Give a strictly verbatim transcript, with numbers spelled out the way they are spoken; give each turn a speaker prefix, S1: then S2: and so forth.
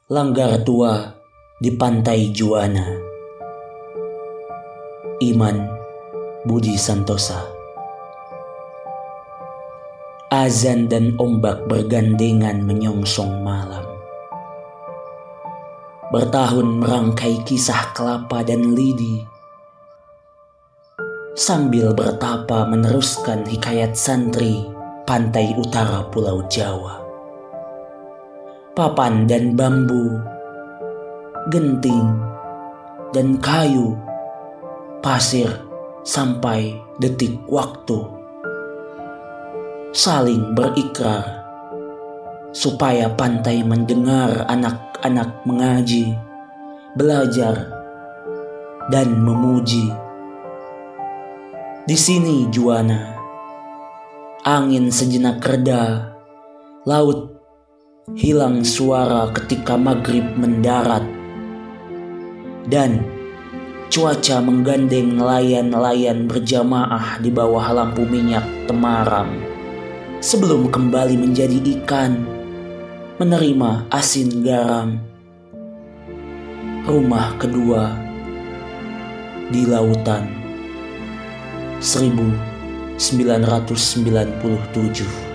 S1: Langgar tua di pantai Juwana. Iman Budi Santosa. Azan dan ombak bergandengan menyongsong malam. Bertahun merangkai kisah kelapa dan lidi, sambil bertapa meneruskan hikayat santri pantai utara Pulau Jawa. Papan dan bambu, genting dan kayu, pasir sampai detik waktu, saling berikrar supaya pantai mendengar anak-anak mengaji, belajar, dan memuji. Di sini Juwana, angin sejenak reda, laut hilang suara ketika maghrib mendarat, dan cuaca menggandeng nelayan-nelayan berjamaah di bawah lampu minyak temaram sebelum kembali menjadi ikan, menerima asin garam. Rumah kedua di lautan. seribu sembilan ratus sembilan puluh tujuh.